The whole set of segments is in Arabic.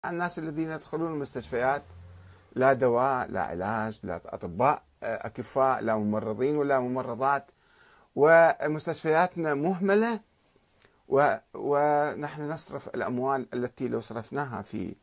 الناس الذين يدخلون المستشفيات لا دواء لا علاج لا أطباء أكفاء لا ممرضين ولا ممرضات، ومستشفياتنا مهملة، ونحن نصرف الأموال التي لو صرفناها في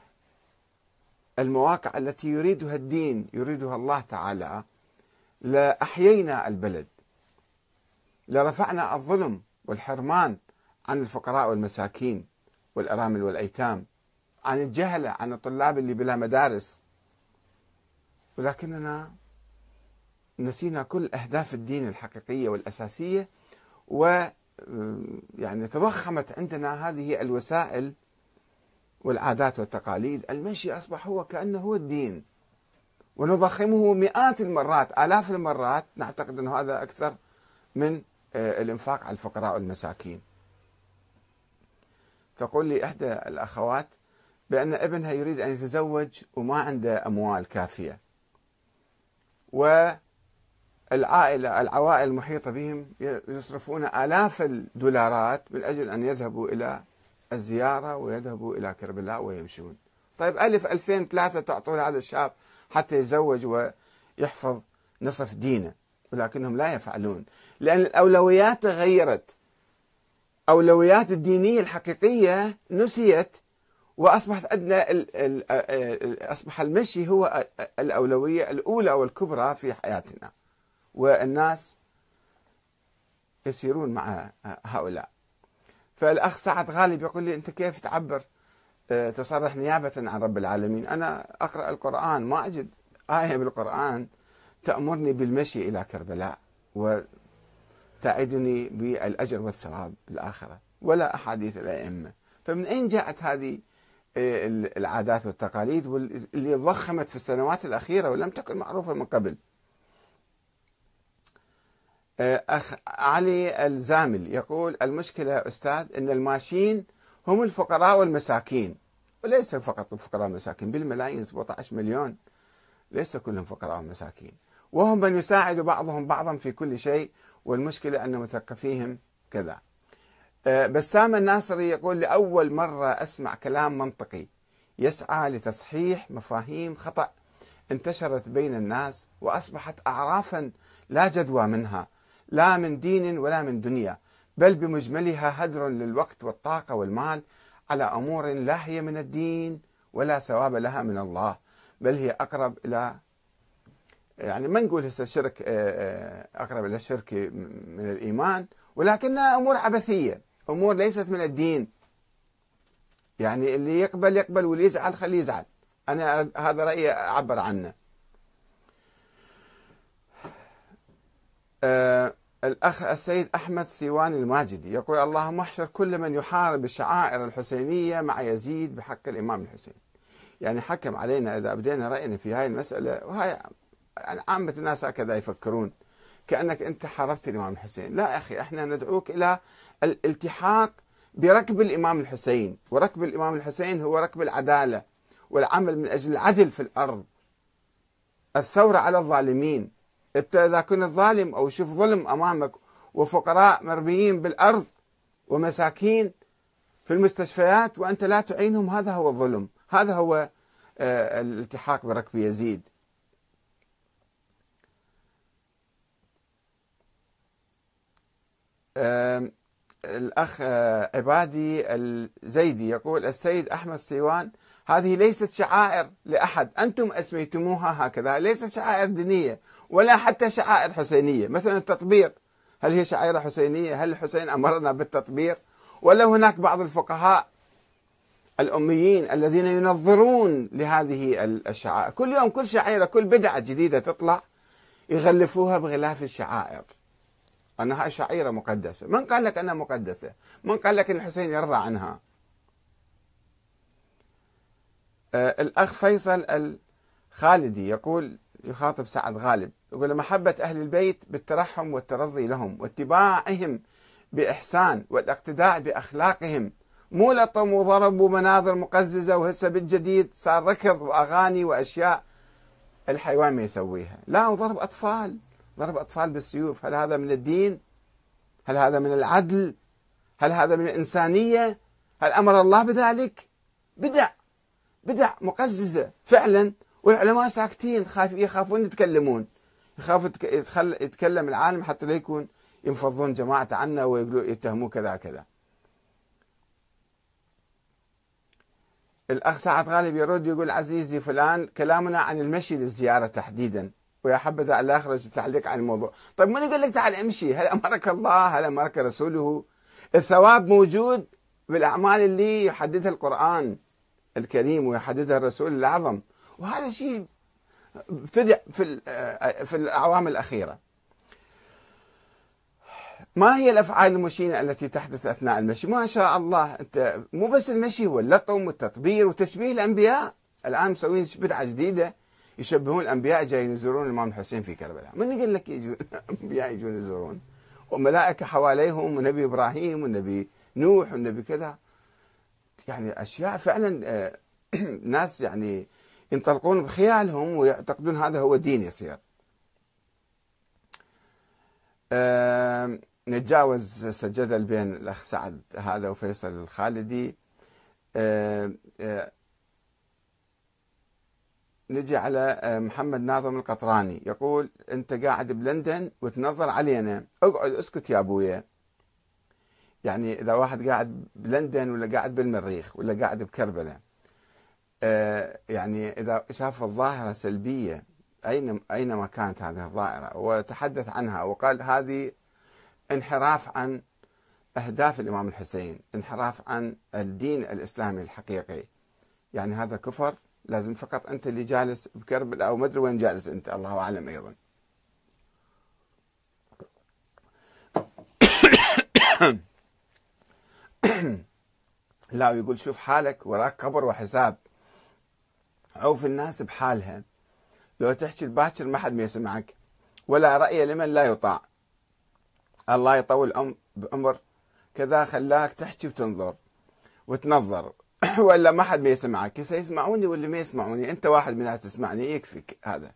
المواقع التي يريدها الدين يريدها الله تعالى لأحيينا البلد، لرفعنا الظلم والحرمان عن الفقراء والمساكين والأرامل والأيتام، عن الجهلة، عن الطلاب اللي بلا مدارس. ولكننا نسينا كل أهداف الدين الحقيقية والأساسية، يعني تضخمت عندنا هذه الوسائل والعادات والتقاليد. المشي أصبح هو كأنه هو الدين، ونضخمه مئات المرات آلاف المرات، نعتقد أن هذا أكثر من الإنفاق على الفقراء والمساكين. تقول لي إحدى الأخوات بأن ابنها يريد أن يتزوج وما عنده أموال كافية، العوائل المحيطة بهم يصرفون آلاف الدولارات من أجل أن يذهبوا إلى الزيارة ويذهبوا إلى كربلاء ويمشون. طيب 1000 2000 3 تعطون هذا الشاب حتى يتزوج ويحفظ نصف دينه، ولكنهم لا يفعلون، لأن الأولويات تغيرت. أولويات الدينية الحقيقية نسيت، وأصبحت عندنا أصبح المشي هو الأولوية الأولى والكبرى في حياتنا، والناس يسيرون مع هؤلاء. فالأخ سعد غالب يقول لي: أنت كيف تعبر تصرح نيابة عن رب العالمين؟ أنا أقرأ القرآن ما أجد آية بالقرآن تأمرني بالمشي إلى كربلاء وتعدني بالأجر والثواب بالآخرة، ولا أحاديث الأئمة. فمن أين جاءت هذه العادات والتقاليد واللي ضخمت في السنوات الأخيرة ولم تكن معروفة من قبل؟ أخ علي الزامل يقول: المشكلة يا أستاذ أن الماشين هم الفقراء والمساكين، وليس فقط الفقراء والمساكين، بالملايين 17 مليون، ليس كلهم فقراء ومساكين، وهم من يساعد بعضهم بعضا في كل شيء، والمشكلة أن مثقفيهم كذا. بسام الناصري يقول: لأول مرة أسمع كلام منطقي يسعى لتصحيح مفاهيم خطأ انتشرت بين الناس وأصبحت أعرافا لا جدوى منها، لا من دين ولا من دنيا، بل بمجملها هدر للوقت والطاقة والمال على أمور لا هي من الدين ولا ثواب لها من الله، بل هي أقرب إلى، يعني ما نقول هسه الشرك أقرب إلى الشرك من الإيمان، ولكنها أمور عبثية، أمور ليست من الدين. يعني اللي يقبل يقبل واللي يزعل خليه يزعل. أنا هذا رأيي أعبر عنه. الأخ السيد أحمد سيوان الماجدي يقول: اللهم احشر كل من يحارب الشعائر الحسينية مع يزيد بحق الإمام الحسين. يعني حكم علينا إذا بدينا رأينا في هاي المسألة، وهاي يعني عامة الناس هكذا يفكرون، كأنك أنت حاربت الإمام الحسين. لا أخي، احنا ندعوك إلى الالتحاق بركب الإمام الحسين، وركب الإمام الحسين هو ركب العدالة والعمل من أجل العدل في الأرض، الثورة على الظالمين. أنت إذا كنت ظالم أو شوف ظلم أمامك وفقراء مربيين بالأرض ومساكين في المستشفيات وأنت لا تعينهم، هذا هو الظلم، هذا هو الالتحاق بركب يزيد. الأخ عبادي الزيدي يقول: السيد أحمد سيوان، هذه ليست شعائر لأحد، أنتم أسميتموها هكذا، ليست شعائر دينية ولا حتى شعائر حسينية. مثلا التطبير، هل هي شعيرة حسينية؟ هل الحسين أمرنا بالتطبير؟ ولا هناك بعض الفقهاء الأميين الذين ينظرون لهذه الشعائر؟ كل يوم كل شعيرة، كل بدعة جديدة تطلع يغلفوها بغلاف الشعائر أنها شعيرة مقدسة. من قال لك أنها مقدسة؟ من قال لك أن الحسين يرضى عنها؟ الأخ فيصل الخالدي يقول، يخاطب سعد غالب، يقول: محبة أهل البيت بالترحم والترضي لهم واتباعهم بإحسان والاقتداء بأخلاقهم، مو لطم وضرب ومناظر مقززة، وهسه بالجديد صار ركض وأغاني وأشياء الحيوان ما يسويها. لا، وضرب أطفال، ضرب أطفال بالسيوف. هل هذا من الدين؟ هل هذا من العدل؟ هل هذا من الإنسانية؟ هل أمر الله بذلك؟ بدع. بدع مقززة فعلا، والعلماء ساكتين، يخافون يتكلمون، يخاف يتكلم العالم حتى لا يكون ينفضون جماعة عنا ويقولوا يتهموا كذا كذا. الأخ سعد غالب يرد يقول: عزيزي فلان، كلامنا عن المشي للزيارة تحديدا، ويا حبذا ألا أخرج تعليق عن الموضوع. طيب من يقول لك تعال امشي؟ هل أمرك الله؟ هل أمرك رسوله؟ الثواب موجود بالأعمال اللي يحددها القرآن الكريم ويحددها الرسول الأعظم، وهذا شيء ابتدع في الأعوام الأخيرة. ما هي الأفعال المشينة التي تحدث أثناء المشي؟ ما شاء الله، أنت مو بس المشي، هو اللطم والتطبير وتشبيه الأنبياء. الآن مسوين بدعة جديدة، يشبهون الأنبياء جايين يزورون الإمام الحسين في كربلاء. من يقول لك يجون الأنبياء يجون يزورون وملائكة حواليهم، والنبي إبراهيم والنبي نوح والنبي كذا؟ يعني أشياء فعلا ناس يعني ينطلقون بخيالهم ويعتقدون هذا هو الدين يصير. نتجاوز الجدل بين الأخ سعد هذا وفيصل الخالدي. نجي على محمد ناظم القطراني، يقول: أنت قاعد بلندن وتنظر علينا، اقعد اسكت يا أبويا. يعني إذا واحد قاعد بلندن ولا قاعد بالمريخ ولا قاعد بكربلاء، يعني إذا شاف الظاهرة سلبية أينما كانت هذه الظاهرة وتحدث عنها وقال هذه انحراف عن أهداف الإمام الحسين، انحراف عن الدين الإسلامي الحقيقي، يعني هذا كفر. لازم فقط أنت اللي جالس بكربلاء أو ما أدري وين جالس أنت، الله أعلم أيضا. لا، يقول: شوف حالك، وراك قبر وحساب، عوف الناس بحالها، لو تحكي الباكر ما حد ما يسمعك، ولا رأي لمن لا يطاع، الله يطول بعمر كذا، خلاك تحكي وتنظر وتنظر ولا ما حد ما يسمعك. سيسمعوني ولا ما يسمعوني، انت واحد من الناس تسمعني يكفيك هذا.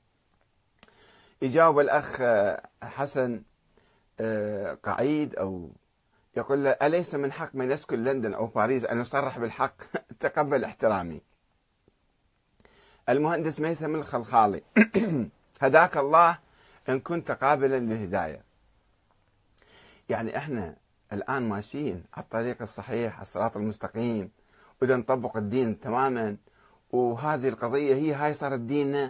يجاوب الأخ حسن قعيد أو يقول له: أليس من حق من يسكن لندن أو باريس أن يصرح بالحق؟ تقبل احترامي. المهندس ميثم الخلخالي: هداك الله إن كنت قابلا للهداية. يعني احنا الآن ماشيين على الطريق الصحيح، الصراط المستقيم، وإذا نطبق الدين تماما، وهذه القضية هاي صارت ديننا،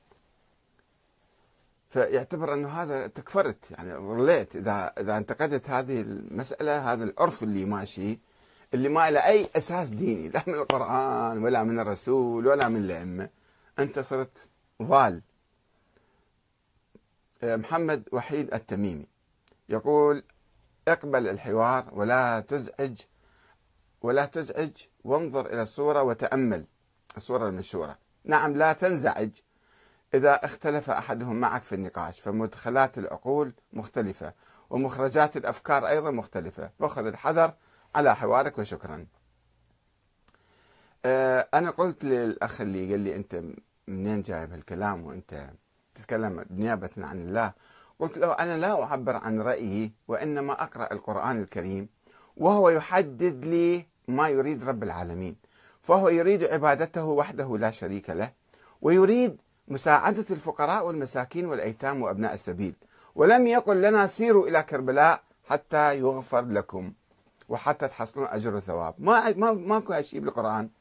فيعتبر أنه هذا تكفرت، يعني ضليت إذا انتقدت هذه المسألة، هذا العرف اللي ماشي، اللي ما له أي أساس ديني، لا من القرآن ولا من الرسول ولا من الأئمة، أنت صرت ضال. محمد وحيد التميمي يقول: اقبل الحوار ولا تزعج وانظر إلى الصورة وتأمل الصورة المنشورة. نعم، لا تنزعج إذا اختلف أحدهم معك في النقاش، فمدخلات العقول مختلفة ومخرجات الأفكار أيضا مختلفة، فخذ الحذر على حوارك، وشكرا. أنا قلت للأخ اللي قال لي: أنت منين جايب هالكلام وأنت تتكلم نيابة عن الله؟ قلت له: أنا لا أعبر عن رأيي، وإنما أقرأ القرآن الكريم، وهو يحدد لي ما يريد رب العالمين، فهو يريد عبادته وحده لا شريك له، ويريد مساعدة الفقراء والمساكين والأيتام وأبناء السبيل، ولم يقل لنا سيروا إلى كربلاء حتى يغفر لكم وحتى تحصلون أجر وثواب. ماكو شيء بالقرآن.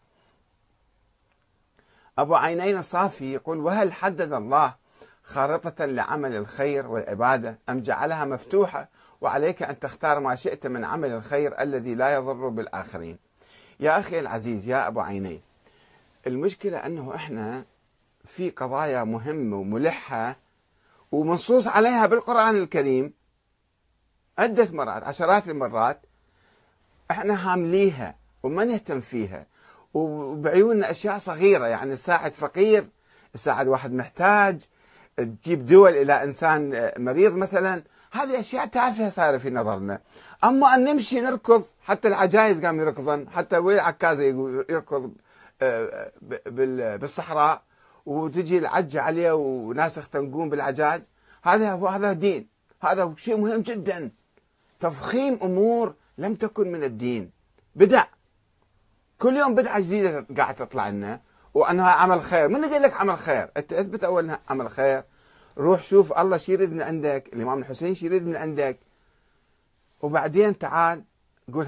أبو عينين الصافي يقول: وهل حدد الله خارطة لعمل الخير والعبادة، أم جعلها مفتوحة وعليك أن تختار ما شئت من عمل الخير الذي لا يضر بالآخرين؟ يا أخي العزيز يا أبو عينين، المشكلة أنه إحنا في قضايا مهمة وملحة ومنصوص عليها بالقرآن الكريم عدة مرات، عشرات المرات، احنا هامليها وما نهتم فيها، وبعيوننا أشياء صغيرة، يعني تساعد فقير، تساعد واحد محتاج، تجيب دول إلى إنسان مريض مثلا، هذه أشياء تافهة صايرة في نظرنا. أما أن نمشي نركض، حتى العجائز قام يركضن، حتى ويل عكازة يركض بالصحراء، وتجي العجة عليه وناس يختنقون بالعجاج، هذا دين، هذا شيء مهم جدا. تضخيم أمور لم تكن من الدين، بدع. كل يوم بدعة جديدة قاعد تطلع لنا وأنها عمل خير. من قال لك عمل خير؟ أنت اثبت أول أنها عمل خير، روح شوف الله شو يريد من عندك، الإمام الحسين شو يريد من عندك، وبعدين تعال